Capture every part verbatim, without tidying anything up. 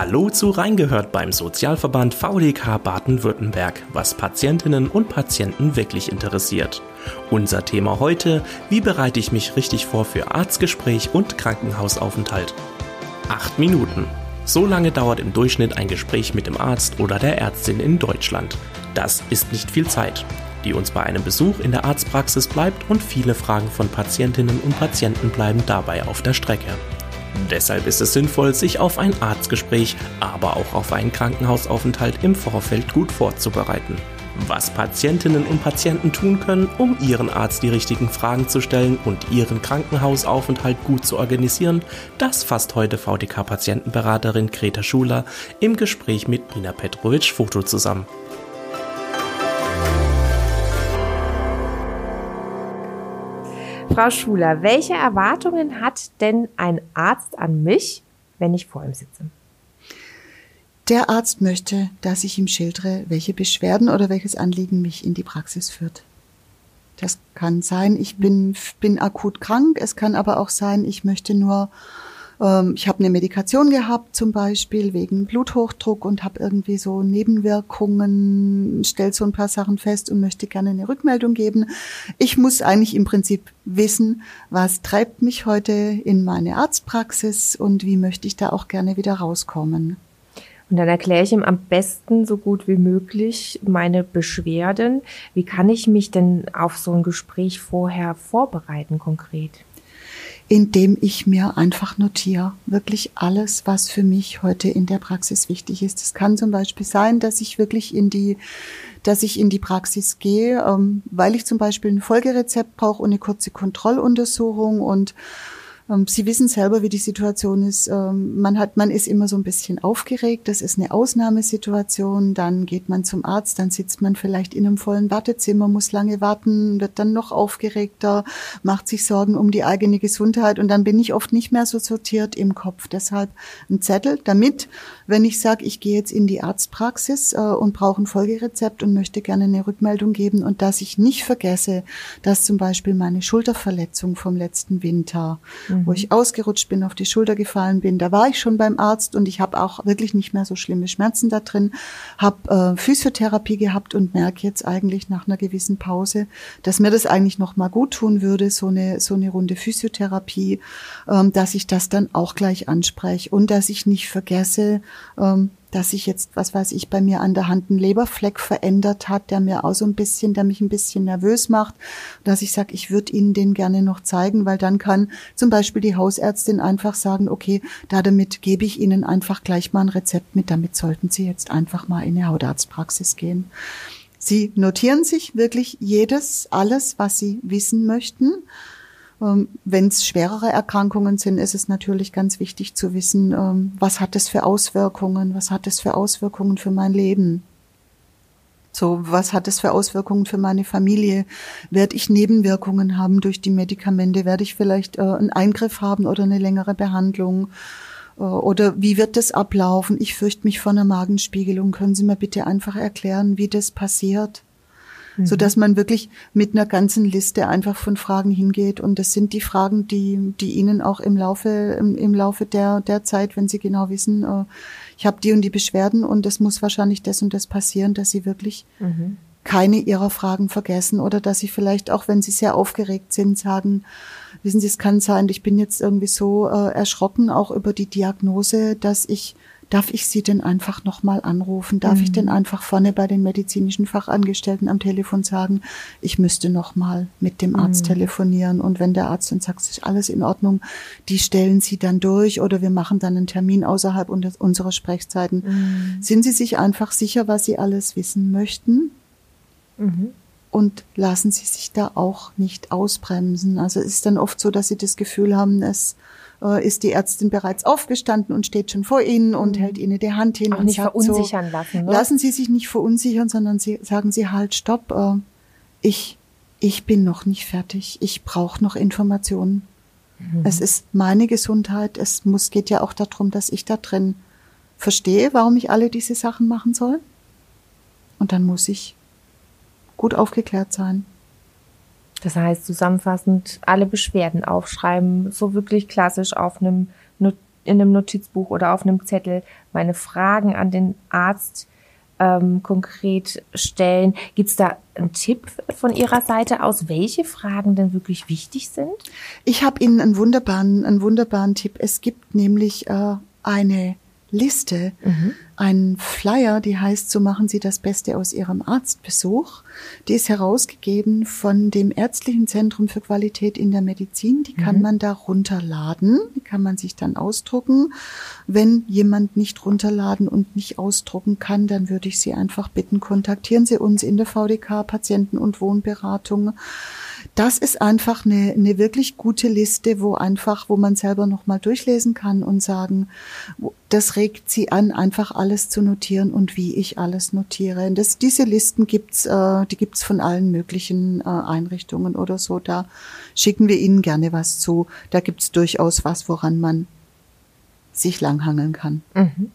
Hallo zu Reingehört beim Sozialverband V D K Baden-Württemberg, was Patientinnen und Patienten wirklich interessiert. Unser Thema heute: Wie bereite ich mich richtig vor für Arztgespräch und Krankenhausaufenthalt? Acht Minuten. So lange dauert im Durchschnitt ein Gespräch mit dem Arzt oder der Ärztin in Deutschland. Das ist nicht viel Zeit, die uns bei einem Besuch in der Arztpraxis bleibt, und viele Fragen von Patientinnen und Patienten bleiben dabei auf der Strecke. Deshalb ist es sinnvoll, sich auf ein Arztgespräch, aber auch auf einen Krankenhausaufenthalt im Vorfeld gut vorzubereiten. Was Patientinnen und Patienten tun können, um ihren Arzt die richtigen Fragen zu stellen und ihren Krankenhausaufenthalt gut zu organisieren, das fasst heute V D K-Patientenberaterin Greta Schuler im Gespräch mit Nina Petrovic-Foto zusammen. Frau Schuler, welche Erwartungen hat denn ein Arzt an mich, wenn ich vor ihm sitze? Der Arzt möchte, dass ich ihm schildere, welche Beschwerden oder welches Anliegen mich in die Praxis führt. Das kann sein, ich bin, bin akut krank. Es kann aber auch sein, ich möchte nur, ähm, ich habe eine Medikation gehabt, zum Beispiel wegen Bluthochdruck, und habe irgendwie so Nebenwirkungen, stelle so ein paar Sachen fest und möchte gerne eine Rückmeldung geben. Ich muss eigentlich im Prinzip wissen, was treibt mich heute in meine Arztpraxis und wie möchte ich da auch gerne wieder rauskommen. Und dann erkläre ich ihm am besten so gut wie möglich meine Beschwerden. Wie kann ich mich denn auf so ein Gespräch vorher vorbereiten konkret? Indem ich mir einfach notiere, wirklich alles, was für mich heute in der Praxis wichtig ist. Es kann zum Beispiel sein, dass ich wirklich in die, dass ich in die Praxis gehe, ähm, weil ich zum Beispiel ein Folgerezept brauche und eine kurze Kontrolluntersuchung, und ähm, Sie wissen selber, wie die Situation ist. Ähm, man hat, man ist immer so ein bisschen aufgeregt. Das ist eine Ausnahmesituation. Dann geht man zum Arzt, dann sitzt man vielleicht in einem vollen Wartezimmer, muss lange warten, wird dann noch aufgeregter, macht sich Sorgen um die eigene Gesundheit, und dann bin ich oft nicht mehr so sortiert im Kopf. Deshalb ein Zettel, damit, wenn ich sage, ich gehe jetzt in die Arztpraxis äh, und brauche ein Folgerezept und möchte gerne eine Rückmeldung geben, und dass ich nicht vergesse, dass zum Beispiel meine Schulterverletzung vom letzten Winter, mhm. wo ich ausgerutscht bin, auf die Schulter gefallen bin, da war ich schon beim Arzt und ich habe auch wirklich nicht mehr so schlimme Schmerzen da drin, habe äh, Physiotherapie gehabt und merke jetzt eigentlich nach einer gewissen Pause, dass mir das eigentlich noch mal gut tun würde, so eine so eine Runde Physiotherapie, ähm, dass ich das dann auch gleich anspreche und dass ich nicht vergesse, ähm, dass sich jetzt, was weiß ich, bei mir an der Hand ein Leberfleck verändert hat, der mir auch so ein bisschen, der mich ein bisschen nervös macht, dass ich sage, ich würde Ihnen den gerne noch zeigen, weil dann kann zum Beispiel die Hausärztin einfach sagen, okay, da damit gebe ich Ihnen einfach gleich mal ein Rezept mit, damit sollten Sie jetzt einfach mal in eine Hautarztpraxis gehen. Sie notieren sich wirklich jedes, alles, was Sie wissen möchten. Wenn es schwerere Erkrankungen sind, ist es natürlich ganz wichtig zu wissen, was hat es für Auswirkungen, was hat es für Auswirkungen für mein Leben. So, was hat es für Auswirkungen für meine Familie? Werde ich Nebenwirkungen haben durch die Medikamente? Werde ich vielleicht äh, einen Eingriff haben oder eine längere Behandlung? Äh, oder wie wird das ablaufen? Ich fürchte mich vor einer Magenspiegelung. Können Sie mir bitte einfach erklären, wie das passiert? Mhm. So dass man wirklich mit einer ganzen Liste einfach von Fragen hingeht. Und das sind die Fragen, die die Ihnen auch im Laufe im, im Laufe der der Zeit, wenn Sie genau wissen, äh, ich habe die und die Beschwerden und es muss wahrscheinlich das und das passieren, dass Sie wirklich mhm. keine Ihrer Fragen vergessen, oder dass Sie vielleicht auch, wenn Sie sehr aufgeregt sind, sagen, wissen Sie, es kann sein, ich bin jetzt irgendwie so äh, erschrocken auch über die Diagnose, dass ich Darf ich Sie denn einfach nochmal anrufen? Darf mhm. ich denn einfach vorne bei den medizinischen Fachangestellten am Telefon sagen, ich müsste nochmal mit dem Arzt mhm. telefonieren? Und wenn der Arzt dann sagt, es ist alles in Ordnung, die stellen Sie dann durch oder wir machen dann einen Termin außerhalb unserer Sprechzeiten. Mhm. Sind Sie sich einfach sicher, was Sie alles wissen möchten? Mhm. Und lassen Sie sich da auch nicht ausbremsen. Also es ist dann oft so, dass Sie das Gefühl haben, es ist die Ärztin bereits aufgestanden und steht schon vor Ihnen und mhm. hält Ihnen die Hand hin. Auch und nicht sagt verunsichern so, lassen. Ne? Lassen Sie sich nicht verunsichern, sondern Sie, sagen Sie halt, stopp, äh, ich, ich bin noch nicht fertig, ich brauche noch Informationen. Mhm. Es ist meine Gesundheit, es muss, geht ja auch darum, dass ich da drin verstehe, warum ich alle diese Sachen machen soll. Und dann muss ich gut aufgeklärt sein. Das heißt, zusammenfassend alle Beschwerden aufschreiben, so wirklich klassisch auf einem in einem Notizbuch oder auf einem Zettel meine Fragen an den Arzt ähm, konkret stellen. Gibt es da einen Tipp von Ihrer Seite aus, welche Fragen denn wirklich wichtig sind? Ich habe Ihnen einen wunderbaren, einen wunderbaren Tipp. Es gibt nämlich äh, eine Liste, mhm. einen Flyer, die heißt, so machen Sie das Beste aus Ihrem Arztbesuch. Die ist herausgegeben von dem Ärztlichen Zentrum für Qualität in der Medizin. Die kann mhm. man da runterladen, die kann man sich dann ausdrucken. Wenn jemand nicht runterladen und nicht ausdrucken kann, dann würde ich Sie einfach bitten, kontaktieren Sie uns in der V D K Patienten- und Wohnberatung. Das ist einfach eine, eine wirklich gute Liste, wo einfach, wo man selber nochmal durchlesen kann und sagen, das regt Sie an, einfach alles zu notieren und wie ich alles notiere. Und das, diese Listen gibt's, äh, die gibt's von allen möglichen äh, Einrichtungen oder so. Da schicken wir Ihnen gerne was zu. Da gibt's durchaus was, woran man sich langhangeln kann. Mhm.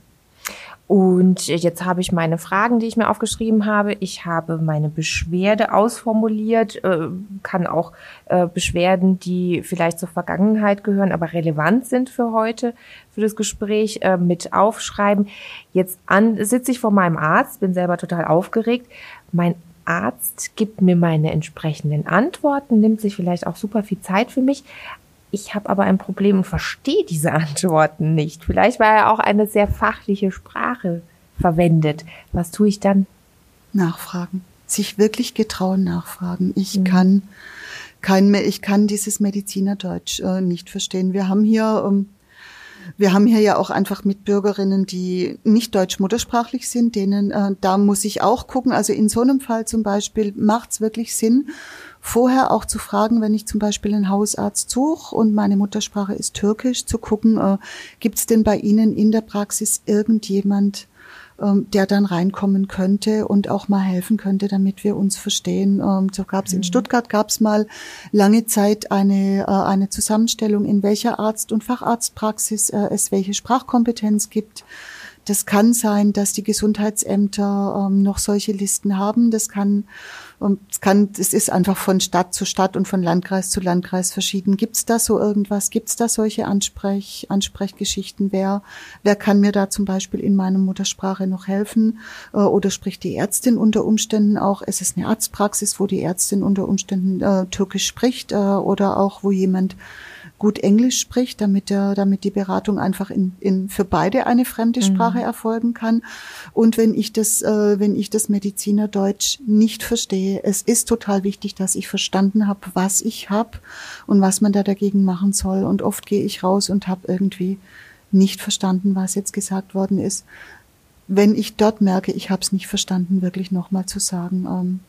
Und jetzt habe ich meine Fragen, die ich mir aufgeschrieben habe. Ich habe meine Beschwerde ausformuliert, äh, kann auch äh, Beschwerden, die vielleicht zur Vergangenheit gehören, aber relevant sind für heute, für das Gespräch, äh, mit aufschreiben. Jetzt an, sitze ich vor meinem Arzt, bin selber total aufgeregt. Mein Arzt gibt mir meine entsprechenden Antworten, nimmt sich vielleicht auch super viel Zeit für mich. Ich habe aber ein Problem und verstehe diese Antworten nicht. Vielleicht, weil er auch eine sehr fachliche Sprache verwendet. Was tue ich dann? Nachfragen. Sich wirklich getrauen, nachfragen. Ich mhm. kann kein mehr, ich kann dieses Medizinerdeutsch äh, nicht verstehen. Wir haben hier, ähm, wir haben hier ja auch einfach Mitbürgerinnen, die nicht deutsch-muttersprachlich sind, denen, äh, da muss ich auch gucken. Also in so einem Fall zum Beispiel macht es wirklich Sinn, vorher auch zu fragen, wenn ich zum Beispiel einen Hausarzt suche und meine Muttersprache ist Türkisch, zu gucken, äh, gibt es denn bei Ihnen in der Praxis irgendjemand, ähm, der dann reinkommen könnte und auch mal helfen könnte, damit wir uns verstehen. Ähm, so gab es mhm. in Stuttgart gab es mal lange Zeit eine äh, eine Zusammenstellung, in welcher Arzt- und Facharztpraxis äh, es welche Sprachkompetenz gibt. Das kann sein, dass die Gesundheitsämter ähm, noch solche Listen haben. Das kann, ähm, es kann, es ist einfach von Stadt zu Stadt und von Landkreis zu Landkreis verschieden. Gibt es da so irgendwas? Gibt es da solche Ansprech, Ansprechgeschichten? Wer, wer kann mir da zum Beispiel in meiner Muttersprache noch helfen? Äh, oder spricht die Ärztin unter Umständen auch? Es ist eine Arztpraxis, wo die Ärztin unter Umständen äh, Türkisch spricht, äh, oder auch wo jemand gut Englisch spricht, damit der, damit die Beratung einfach in, in für beide eine fremde Sprache mhm. erfolgen kann. Und wenn ich das, äh, wenn ich das Medizinerdeutsch nicht verstehe, es ist total wichtig, dass ich verstanden habe, was ich habe und was man da dagegen machen soll. Und oft gehe ich raus und habe irgendwie nicht verstanden, was jetzt gesagt worden ist. Wenn ich dort merke, ich habe es nicht verstanden, wirklich nochmal zu sagen, ähm,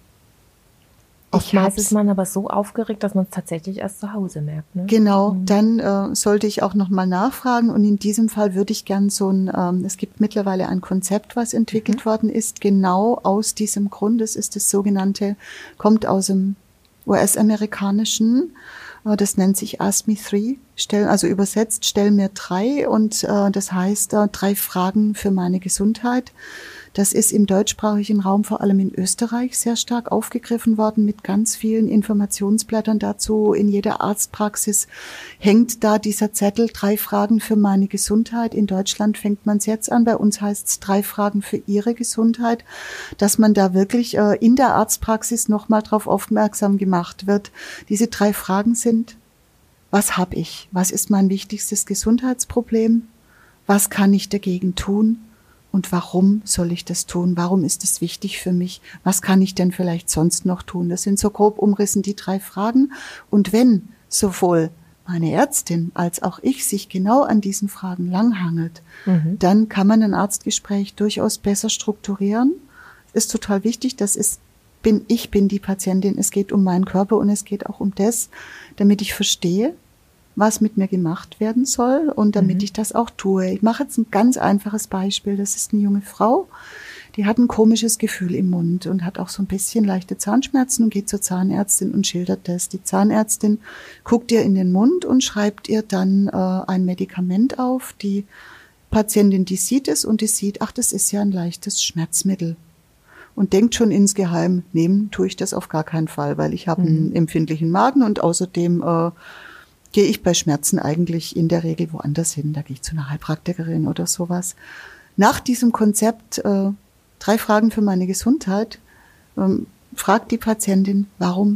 Oftmals ist man aber so aufgeregt, dass man es tatsächlich erst zu Hause merkt. Ne? Genau, mhm. dann äh, sollte ich auch nochmal nachfragen. Und in diesem Fall würde ich gern so ein, ähm, es gibt mittlerweile ein Konzept, was entwickelt mhm. worden ist, genau aus diesem Grund. Es ist das sogenannte, kommt aus dem U S-amerikanischen, äh, das nennt sich Ask Me Three, stell, also übersetzt, stell mir drei. Und äh, das heißt, äh, drei Fragen für meine Gesundheit. Das ist im deutschsprachigen Raum, vor allem in Österreich, sehr stark aufgegriffen worden mit ganz vielen Informationsblättern dazu. In jeder Arztpraxis hängt da dieser Zettel, drei Fragen für meine Gesundheit. In Deutschland fängt man es jetzt an. Bei uns heißt es drei Fragen für Ihre Gesundheit, dass man da wirklich äh, in der Arztpraxis nochmal drauf aufmerksam gemacht wird. Diese drei Fragen sind: Was habe ich? Was ist mein wichtigstes Gesundheitsproblem? Was kann ich dagegen tun? Und warum soll ich das tun? Warum ist es wichtig für mich? Was kann ich denn vielleicht sonst noch tun? Das sind so grob umrissen die drei Fragen. Und wenn sowohl meine Ärztin als auch ich sich genau an diesen Fragen langhangelt, mhm. dann kann man ein Arztgespräch durchaus besser strukturieren. Ist total wichtig, das ist, bin, ich bin die Patientin. Es geht um meinen Körper und es geht auch um das, damit ich verstehe, was mit mir gemacht werden soll und damit mhm. ich das auch tue. Ich mache jetzt ein ganz einfaches Beispiel. Das ist eine junge Frau, die hat ein komisches Gefühl im Mund und hat auch so ein bisschen leichte Zahnschmerzen und geht zur Zahnärztin und schildert das. Die Zahnärztin guckt ihr in den Mund und schreibt ihr dann äh, ein Medikament auf. Die Patientin, die sieht es und die sieht, ach, das ist ja ein leichtes Schmerzmittel. Und denkt schon insgeheim, nehmen tue ich das auf gar keinen Fall, weil ich habe mhm. einen empfindlichen Magen und außerdem äh, gehe ich bei Schmerzen eigentlich in der Regel woanders hin. Da gehe ich zu einer Heilpraktikerin oder sowas. Nach diesem Konzept, äh, drei Fragen für meine Gesundheit, ähm, fragt die Patientin, warum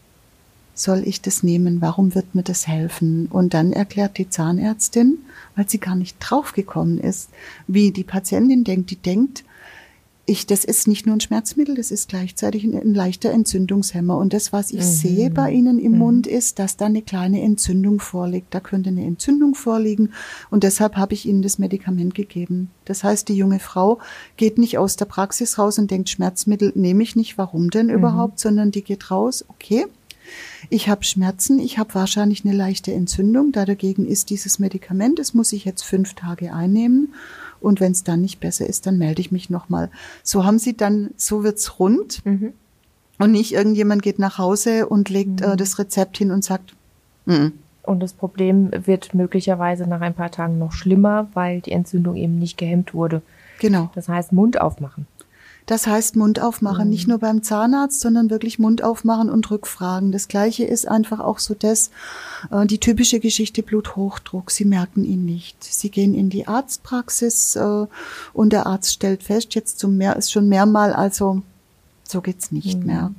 soll ich das nehmen? Warum wird mir das helfen? Und dann erklärt die Zahnärztin, weil sie gar nicht draufgekommen ist, wie die Patientin denkt. Die denkt, ich, das ist nicht nur ein Schmerzmittel, das ist gleichzeitig ein, ein leichter Entzündungshemmer. Und das, was ich mhm. sehe bei Ihnen im mhm. Mund, ist, dass da eine kleine Entzündung vorliegt. Da könnte eine Entzündung vorliegen. Und deshalb habe ich Ihnen das Medikament gegeben. Das heißt, die junge Frau geht nicht aus der Praxis raus und denkt, Schmerzmittel nehme ich nicht, warum denn mhm. überhaupt, sondern die geht raus, okay, ich habe Schmerzen, ich habe wahrscheinlich eine leichte Entzündung, da dagegen ist dieses Medikament, das muss ich jetzt fünf Tage einnehmen und wenn es dann nicht besser ist, dann melde ich mich nochmal. So haben sie dann, so wird's rund mhm. und nicht irgendjemand geht nach Hause und legt mhm. äh, das Rezept hin und sagt, mm. Und das Problem wird möglicherweise nach ein paar Tagen noch schlimmer, weil die Entzündung eben nicht gehemmt wurde. Genau. Das heißt, Mund aufmachen. Das heißt Mund aufmachen, mhm. nicht nur beim Zahnarzt, sondern wirklich Mund aufmachen und rückfragen. Das Gleiche ist einfach auch so das, äh, die typische Geschichte Bluthochdruck. Sie merken ihn nicht. Sie gehen in die Arztpraxis äh, und der Arzt stellt fest, jetzt zum mehr ist schon mehrmal, also so geht's nicht mhm. mehr.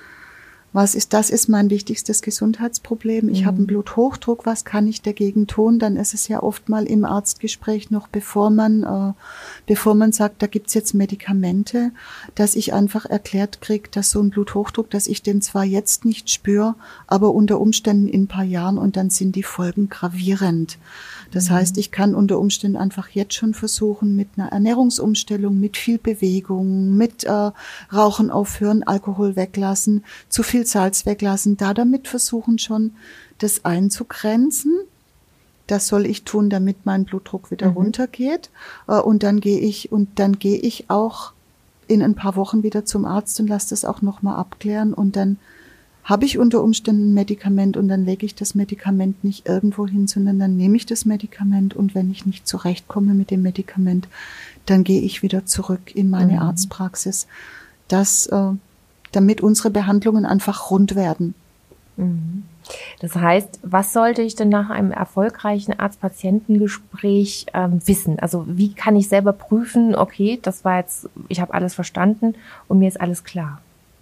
Was ist, das ist mein wichtigstes Gesundheitsproblem. Ich mhm. habe einen Bluthochdruck, was kann ich dagegen tun? Dann ist es ja oft mal im Arztgespräch noch, bevor man, äh, bevor man sagt, da gibt's jetzt Medikamente, dass ich einfach erklärt kriege, dass so ein Bluthochdruck, dass ich den zwar jetzt nicht spüre, aber unter Umständen in ein paar Jahren und dann sind die Folgen gravierend. Das mhm. heißt, ich kann unter Umständen einfach jetzt schon versuchen, mit einer Ernährungsumstellung, mit viel Bewegung, mit äh, Rauchen aufhören, Alkohol weglassen, zu viel Salz weglassen, da damit versuchen schon, das einzugrenzen. Das soll ich tun, damit mein Blutdruck wieder mhm. runtergeht. Äh, und dann gehe ich, und dann gehe ich auch in ein paar Wochen wieder zum Arzt und lasse das auch nochmal abklären und dann habe ich unter Umständen ein Medikament und dann lege ich das Medikament nicht irgendwo hin, sondern dann nehme ich das Medikament und wenn ich nicht zurechtkomme mit dem Medikament, dann gehe ich wieder zurück in meine mhm. Arztpraxis, dass, äh, damit unsere Behandlungen einfach rund werden. Mhm. Das heißt, was sollte ich denn nach einem erfolgreichen Arzt-Patienten-Gespräch ähm, wissen? Also wie kann ich selber prüfen, okay, das war jetzt, ich habe alles verstanden und mir ist alles klar?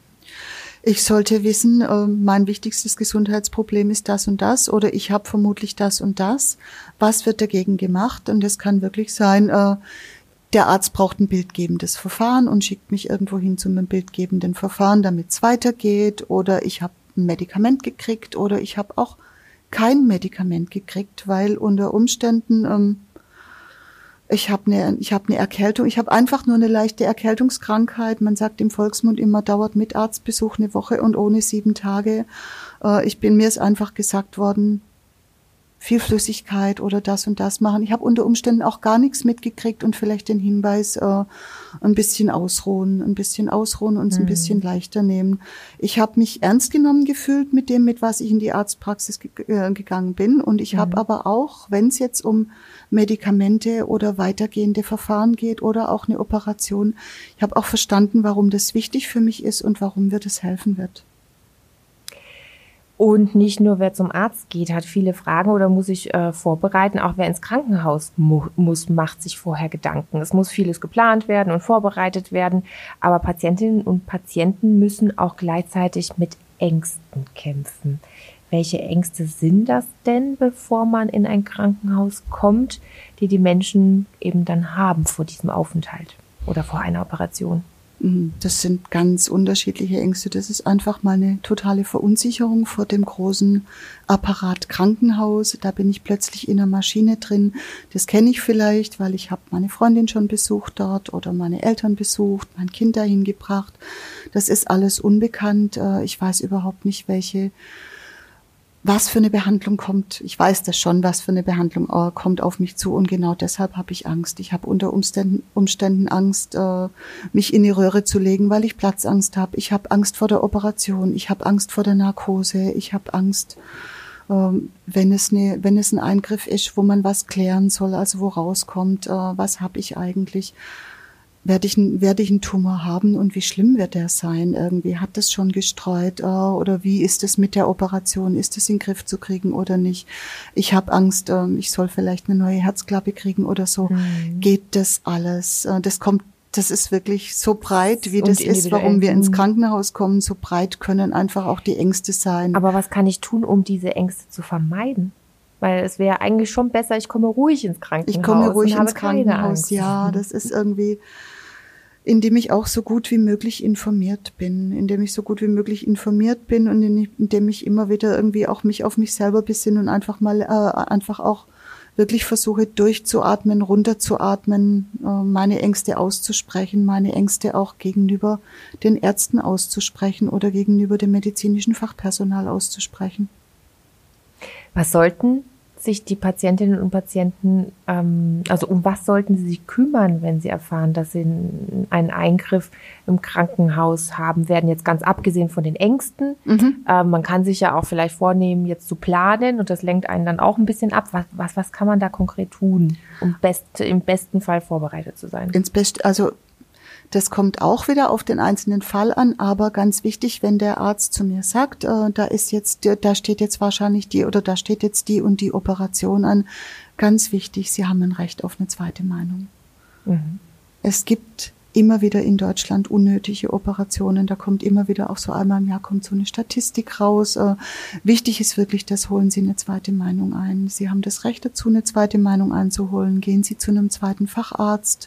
Ich sollte wissen, äh, mein wichtigstes Gesundheitsproblem ist das und das oder ich habe vermutlich das und das. Was wird dagegen gemacht? Und es kann wirklich sein, äh, der Arzt braucht ein bildgebendes Verfahren und schickt mich irgendwo hin zu einem bildgebenden Verfahren, damit es weitergeht. Oder ich habe ein Medikament gekriegt oder ich habe auch kein Medikament gekriegt, weil unter Umständen ähm, ich habe eine ich habe eine Erkältung, ich habe einfach nur eine leichte Erkältungskrankheit. Man sagt im Volksmund immer, dauert mit Arztbesuch eine Woche und ohne sieben Tage. Äh, ich bin mir ist einfach gesagt worden, viel Flüssigkeit oder das und das machen. Ich habe unter Umständen auch gar nichts mitgekriegt und vielleicht den Hinweis, äh, ein bisschen ausruhen, ein bisschen ausruhen und es mhm. ein bisschen leichter nehmen. Ich habe mich ernst genommen gefühlt mit dem, mit was ich in die Arztpraxis ge- äh, gegangen bin. Und ich mhm. habe aber auch, wenn es jetzt um Medikamente oder weitergehende Verfahren geht oder auch eine Operation, ich habe auch verstanden, warum das wichtig für mich ist und warum mir das helfen wird. Und nicht nur wer zum Arzt geht, hat viele Fragen oder muss sich äh, vorbereiten. Auch wer ins Krankenhaus mu- muss, macht sich vorher Gedanken. Es muss vieles geplant werden und vorbereitet werden. Aber Patientinnen und Patienten müssen auch gleichzeitig mit Ängsten kämpfen. Welche Ängste sind das denn, bevor man in ein Krankenhaus kommt, die die Menschen eben dann haben vor diesem Aufenthalt oder vor einer Operation? Das sind ganz unterschiedliche Ängste. Das ist einfach mal eine totale Verunsicherung vor dem großen Apparat Krankenhaus. Da bin ich plötzlich in einer Maschine drin. Das kenne ich vielleicht, weil ich habe meine Freundin schon besucht dort oder meine Eltern besucht, mein Kind dahin gebracht. Das ist alles unbekannt. Ich weiß überhaupt nicht, welche was für eine Behandlung kommt. Ich weiß das schon, was für eine Behandlung äh, kommt auf mich zu und genau deshalb habe ich Angst. Ich habe unter Umständen, Umständen Angst, äh, mich in die Röhre zu legen, weil ich Platzangst habe. Ich habe Angst vor der Operation, ich habe Angst vor der Narkose, ich habe Angst, ähm, wenn es eine, wenn es ein Eingriff ist, wo man was klären soll, also wo rauskommt, äh, was habe ich eigentlich. werde ich, werde ich einen Tumor haben und wie schlimm wird der sein? Irgendwie hat das schon gestreut äh, oder wie ist es mit der Operation? Ist es in den Griff zu kriegen oder nicht? Ich habe Angst, äh, ich soll vielleicht eine neue Herzklappe kriegen oder so. Mhm. Geht das alles? Äh, das kommt, das ist wirklich so breit, wie das ist, warum wir ins Krankenhaus kommen. So breit können einfach auch die Ängste sein. Aber was kann ich tun, um diese Ängste zu vermeiden? Weil es wäre eigentlich schon besser, ich komme ruhig ins Krankenhaus. Ich komme ruhig ins Krankenhaus, ja. Das ist irgendwie, indem ich auch so gut wie möglich informiert bin, indem ich so gut wie möglich informiert bin und indem ich immer wieder irgendwie auch mich auf mich selber besinne und einfach mal äh, einfach auch wirklich versuche durchzuatmen, runterzuatmen, äh, meine Ängste auszusprechen, meine Ängste auch gegenüber den Ärzten auszusprechen oder gegenüber dem medizinischen Fachpersonal auszusprechen. Was sollten sich die Patientinnen und Patienten, ähm, also um was sollten sie sich kümmern, wenn sie erfahren, dass sie einen Eingriff im Krankenhaus haben werden, jetzt ganz abgesehen von den Ängsten. Mhm. Ähm, man kann sich ja auch vielleicht vornehmen, jetzt zu planen und das lenkt einen dann auch ein bisschen ab. Was, was, was kann man da konkret tun, um best, im besten Fall vorbereitet zu sein? Ins Best, also das kommt auch wieder auf den einzelnen Fall an, aber ganz wichtig, wenn der Arzt zu mir sagt, äh, da ist jetzt, da steht jetzt wahrscheinlich die oder da steht jetzt die und die Operation an, ganz wichtig, Sie haben ein Recht auf eine zweite Meinung. Mhm. Es gibt immer wieder in Deutschland unnötige Operationen, da kommt immer wieder auch so einmal im Jahr kommt so eine Statistik raus. Äh, wichtig ist wirklich, das holen Sie eine zweite Meinung ein. Sie haben das Recht dazu, eine zweite Meinung einzuholen. Gehen Sie zu einem zweiten Facharzt.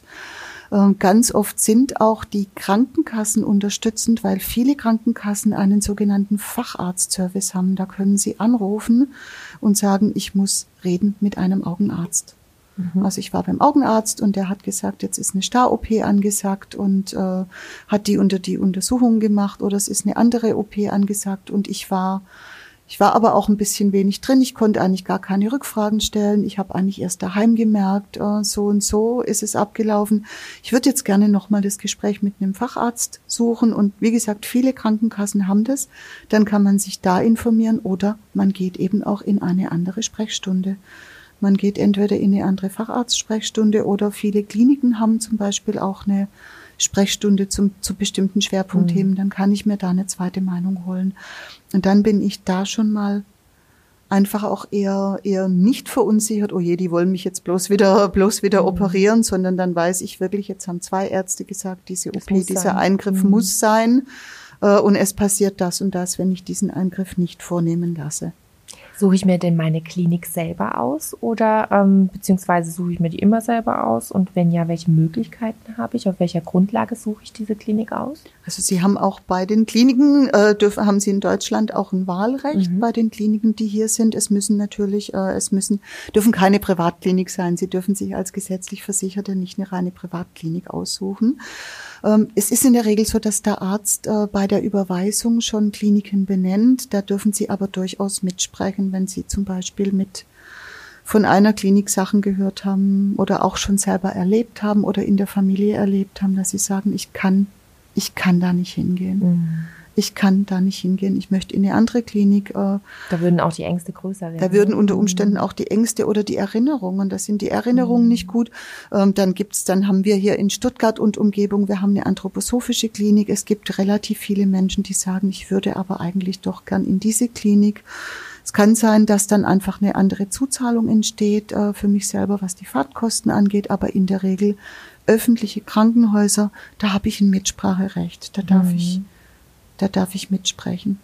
Ganz oft sind auch die Krankenkassen unterstützend, weil viele Krankenkassen einen sogenannten Facharztservice haben. Da können Sie anrufen und sagen, ich muss reden mit einem Augenarzt. Mhm. Also ich war beim Augenarzt und der hat gesagt, jetzt ist eine Star-O P angesagt und äh, hat die unter die Untersuchung gemacht oder es ist eine andere O P angesagt und ich war Ich war aber auch ein bisschen wenig drin. Ich konnte eigentlich gar keine Rückfragen stellen. Ich habe eigentlich erst daheim gemerkt, äh, so und so ist es abgelaufen. Ich würde jetzt gerne nochmal das Gespräch mit einem Facharzt suchen. Und wie gesagt, viele Krankenkassen haben das. Dann kann man sich da informieren oder man geht eben auch in eine andere Sprechstunde. Man geht entweder in eine andere Facharztsprechstunde oder viele Kliniken haben zum Beispiel auch eine Sprechstunde zum, zu bestimmten Schwerpunktthemen, mhm. dann kann ich mir da eine zweite Meinung holen. Und dann bin ich da schon mal einfach auch eher, eher nicht verunsichert, oh je, die wollen mich jetzt bloß wieder, bloß wieder mhm. operieren, sondern dann weiß ich wirklich, jetzt haben zwei Ärzte gesagt, diese O P, dieser sein. Eingriff mhm. muss sein, äh, und es passiert das und das, wenn ich diesen Eingriff nicht vornehmen lasse. Suche ich mir denn meine Klinik selber aus oder ähm, beziehungsweise suche ich mir die immer selber aus? Und wenn ja, welche Möglichkeiten habe ich? Auf welcher Grundlage suche ich diese Klinik aus? Also Sie haben auch bei den Kliniken, äh, dürfen, haben Sie in Deutschland auch ein Wahlrecht mhm. bei den Kliniken, die hier sind. Es müssen natürlich, äh, es müssen, dürfen keine Privatklinik sein. Sie dürfen sich als gesetzlich Versicherte nicht eine reine Privatklinik aussuchen. Ähm, es ist in der Regel so, dass der Arzt äh, bei der Überweisung schon Kliniken benennt. Da dürfen Sie aber durchaus mitsprechen, wenn Sie zum Beispiel mit von einer Klinik Sachen gehört haben oder auch schon selber erlebt haben oder in der Familie erlebt haben, dass Sie sagen, ich kann, ich kann da nicht hingehen. Mhm. Ich kann da nicht hingehen, ich möchte in eine andere Klinik. Äh, da würden auch die Ängste größer werden. Da würden unter Umständen auch die Ängste oder die Erinnerungen, da sind die Erinnerungen mhm. nicht gut. Ähm, dann gibt's, dann haben wir hier in Stuttgart und Umgebung, wir haben eine anthroposophische Klinik. Es gibt relativ viele Menschen, die sagen, ich würde aber eigentlich doch gern in diese Klinik. Es kann sein, dass dann einfach eine andere Zuzahlung entsteht äh, für mich selber, was die Fahrtkosten angeht, aber in der Regel öffentliche Krankenhäuser, da habe ich ein Mitspracherecht, da darf mhm. ich Da darf ich mitsprechen.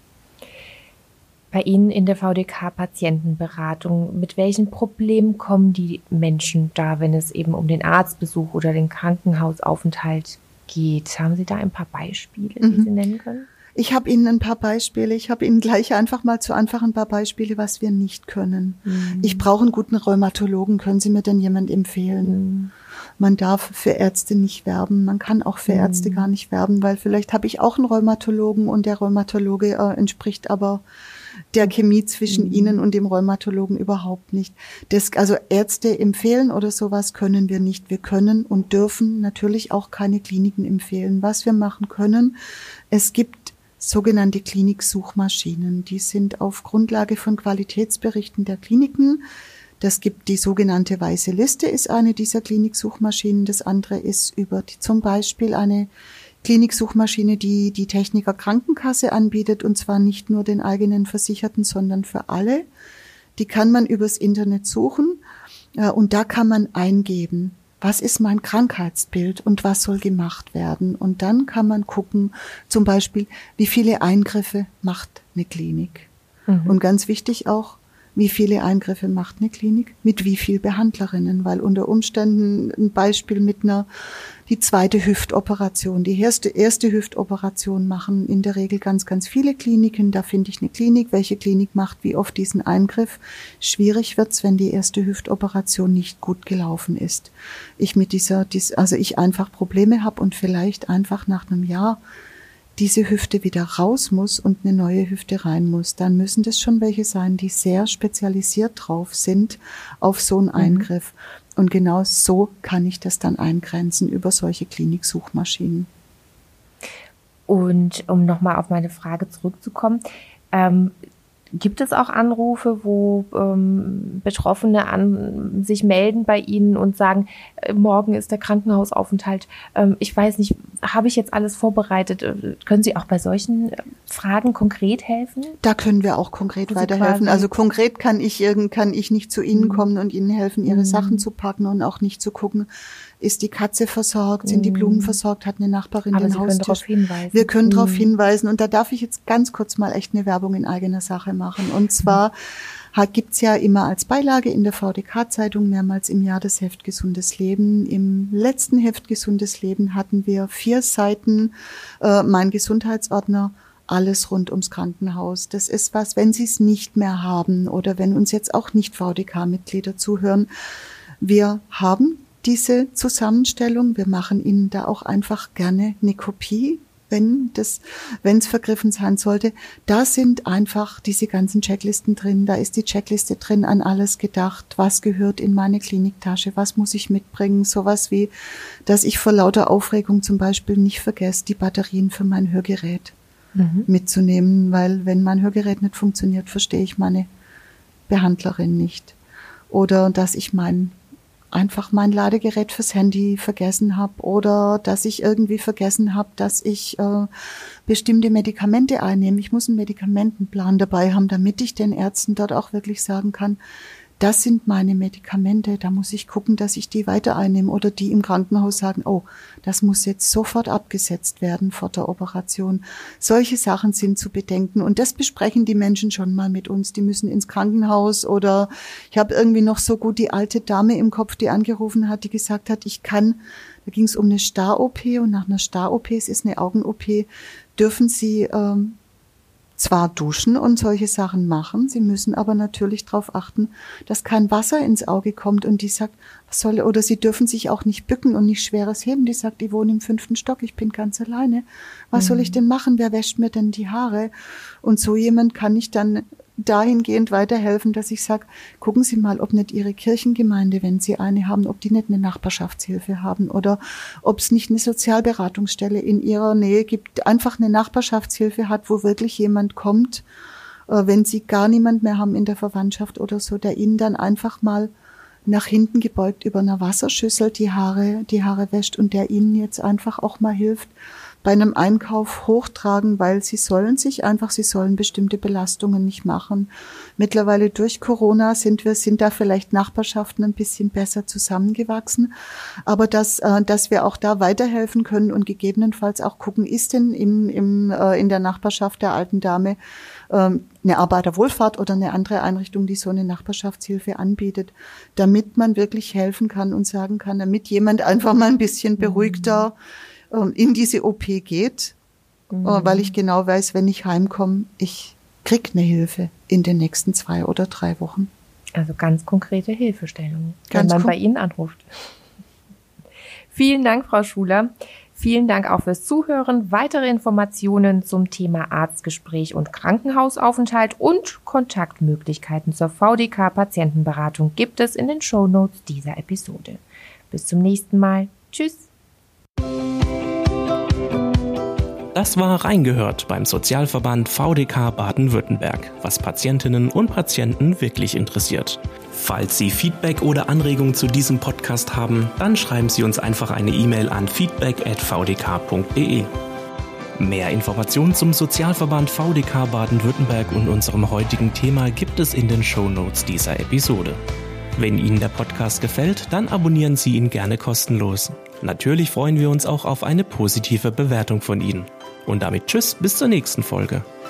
Bei Ihnen in der V D K-Patientenberatung, mit welchen Problemen kommen die Menschen da, wenn es eben um den Arztbesuch oder den Krankenhausaufenthalt geht? Haben Sie da ein paar Beispiele, die mhm. Sie nennen können? Ich habe Ihnen ein paar Beispiele. Ich habe Ihnen gleich einfach mal zu Anfang ein paar Beispiele, was wir nicht können. Mhm. Ich brauche einen guten Rheumatologen. Können Sie mir denn jemand empfehlen? Mhm. Man darf für Ärzte nicht werben. Man kann auch für mhm. Ärzte gar nicht werben, weil vielleicht habe ich auch einen Rheumatologen und der Rheumatologe äh, entspricht aber der Chemie zwischen mhm. Ihnen und dem Rheumatologen überhaupt nicht. Das, also Ärzte empfehlen oder sowas können wir nicht. Wir können und dürfen natürlich auch keine Kliniken empfehlen. Was wir machen können, es gibt sogenannte Kliniksuchmaschinen. Die sind auf Grundlage von Qualitätsberichten der Kliniken. Das gibt die sogenannte Weiße Liste, ist eine dieser Kliniksuchmaschinen. Das andere ist über die, zum Beispiel eine Kliniksuchmaschine, die die Techniker Krankenkasse anbietet, und zwar nicht nur den eigenen Versicherten, sondern für alle. Die kann man übers Internet suchen, und da kann man eingeben, was ist mein Krankheitsbild und was soll gemacht werden. Und dann kann man gucken, zum Beispiel, wie viele Eingriffe macht eine Klinik. Mhm. Und ganz wichtig auch, wie viele Eingriffe macht eine Klinik, mit wie viel Behandlerinnen, weil unter Umständen ein Beispiel mit einer, die zweite Hüftoperation, die erste, erste Hüftoperation machen in der Regel ganz, ganz viele Kliniken. Da finde ich eine Klinik, welche Klinik macht wie oft diesen Eingriff. Schwierig wird's, wenn die erste Hüftoperation nicht gut gelaufen ist. Ich mit dieser, also ich einfach Probleme habe und vielleicht einfach nach einem Jahr diese Hüfte wieder raus muss und eine neue Hüfte rein muss, dann müssen das schon welche sein, die sehr spezialisiert drauf sind auf so einen Eingriff. Mhm. Und genau so kann ich das dann eingrenzen über solche Kliniksuchmaschinen. Und um nochmal auf meine Frage zurückzukommen, ähm, gibt es auch Anrufe, wo ähm, Betroffene an, sich melden bei Ihnen und sagen, äh, morgen ist der Krankenhausaufenthalt, ähm, ich weiß nicht, habe ich jetzt alles vorbereitet? Äh, können Sie auch bei solchen äh, Fragen konkret helfen? Da können wir auch konkret also weiterhelfen. Also konkret kann ich, kann ich nicht zu Ihnen mhm. kommen und Ihnen helfen, Ihre mhm. Sachen zu packen und auch nicht zu gucken, ist die Katze versorgt, sind die Blumen versorgt, hat eine Nachbarin Aber den Sie Haustisch. Können darauf hinweisen. Wir können mhm. darauf hinweisen, und da darf ich jetzt ganz kurz mal echt eine Werbung in eigener Sache machen. Und zwar mhm. gibt's ja immer als Beilage in der V D K-Zeitung mehrmals im Jahr das Heft Gesundes Leben. Im letzten Heft Gesundes Leben hatten wir vier Seiten, äh, mein Gesundheitsordner, alles rund ums Krankenhaus. Das ist was, wenn Sie es nicht mehr haben oder wenn uns jetzt auch nicht V D K-Mitglieder zuhören, wir haben diese Zusammenstellung. Wir machen Ihnen da auch einfach gerne eine Kopie, wenn das, wenn es vergriffen sein sollte. Da sind einfach diese ganzen Checklisten drin. Da ist die Checkliste drin, an alles gedacht. Was gehört in meine Kliniktasche? Was muss ich mitbringen? Sowas wie, dass ich vor lauter Aufregung zum Beispiel nicht vergesse, die Batterien für mein Hörgerät mhm. mitzunehmen, weil wenn mein Hörgerät nicht funktioniert, verstehe ich meine Behandlerin nicht. Oder dass ich mein einfach mein Ladegerät fürs Handy vergessen habe oder dass ich irgendwie vergessen habe, dass ich äh, bestimmte Medikamente einnehme. Ich muss einen Medikamentenplan dabei haben, damit ich den Ärzten dort auch wirklich sagen kann, das sind meine Medikamente, da muss ich gucken, dass ich die weiter einnehme, oder die im Krankenhaus sagen, oh, das muss jetzt sofort abgesetzt werden vor der Operation. Solche Sachen sind zu bedenken, und das besprechen die Menschen schon mal mit uns. Die müssen ins Krankenhaus, oder ich habe irgendwie noch so gut die alte Dame im Kopf, die angerufen hat, die gesagt hat, ich kann, da ging es um eine Star-O P, und nach einer Star-O P, es ist eine Augen-O P, dürfen Sie ähm, zwar duschen und solche Sachen machen, sie müssen aber natürlich darauf achten, dass kein Wasser ins Auge kommt, und die sagt, was soll, oder sie dürfen sich auch nicht bücken und nicht Schweres heben, die sagt, ich wohne im fünften Stock, ich bin ganz alleine, was mhm. soll ich denn machen, wer wäscht mir denn die Haare? Und so jemand kann ich dann dahingehend weiterhelfen, dass ich sage, gucken Sie mal, ob nicht Ihre Kirchengemeinde, wenn Sie eine haben, ob die nicht eine Nachbarschaftshilfe haben, oder ob es nicht eine Sozialberatungsstelle in Ihrer Nähe gibt, einfach eine Nachbarschaftshilfe hat, wo wirklich jemand kommt, äh, wenn Sie gar niemand mehr haben in der Verwandtschaft oder so, der Ihnen dann einfach mal nach hinten gebeugt über einer Wasserschüssel die Haare, die Haare wäscht, und der Ihnen jetzt einfach auch mal hilft, bei einem Einkauf hochtragen, weil sie sollen sich einfach, sie sollen bestimmte Belastungen nicht machen. Mittlerweile durch Corona sind wir, sind da vielleicht Nachbarschaften ein bisschen besser zusammengewachsen, aber dass, äh, dass wir auch da weiterhelfen können und gegebenenfalls auch gucken, ist denn im, im, äh, in der Nachbarschaft der alten Dame äh, eine Arbeiterwohlfahrt oder eine andere Einrichtung, die so eine Nachbarschaftshilfe anbietet, damit man wirklich helfen kann und sagen kann, damit jemand einfach mal ein bisschen beruhigter mhm. in diese O P geht, mhm. weil ich genau weiß, wenn ich heimkomme, ich krieg eine Hilfe in den nächsten zwei oder drei Wochen. Also ganz konkrete Hilfestellungen, wenn man bei Ihnen anruft. Vielen Dank, Frau Schuler. Vielen Dank auch fürs Zuhören. Weitere Informationen zum Thema Arztgespräch und Krankenhausaufenthalt und Kontaktmöglichkeiten zur V D K-Patientenberatung gibt es in den Shownotes dieser Episode. Bis zum nächsten Mal. Tschüss. Das war Reingehört beim Sozialverband V D K Baden-Württemberg, was Patientinnen und Patienten wirklich interessiert. Falls Sie Feedback oder Anregungen zu diesem Podcast haben, dann schreiben Sie uns einfach eine E-Mail an feedback at v d k punkt d e. Mehr Informationen zum Sozialverband V D K Baden-Württemberg und unserem heutigen Thema gibt es in den Shownotes dieser Episode. Wenn Ihnen der Podcast gefällt, dann abonnieren Sie ihn gerne kostenlos. Natürlich freuen wir uns auch auf eine positive Bewertung von Ihnen. Und damit tschüss, bis zur nächsten Folge.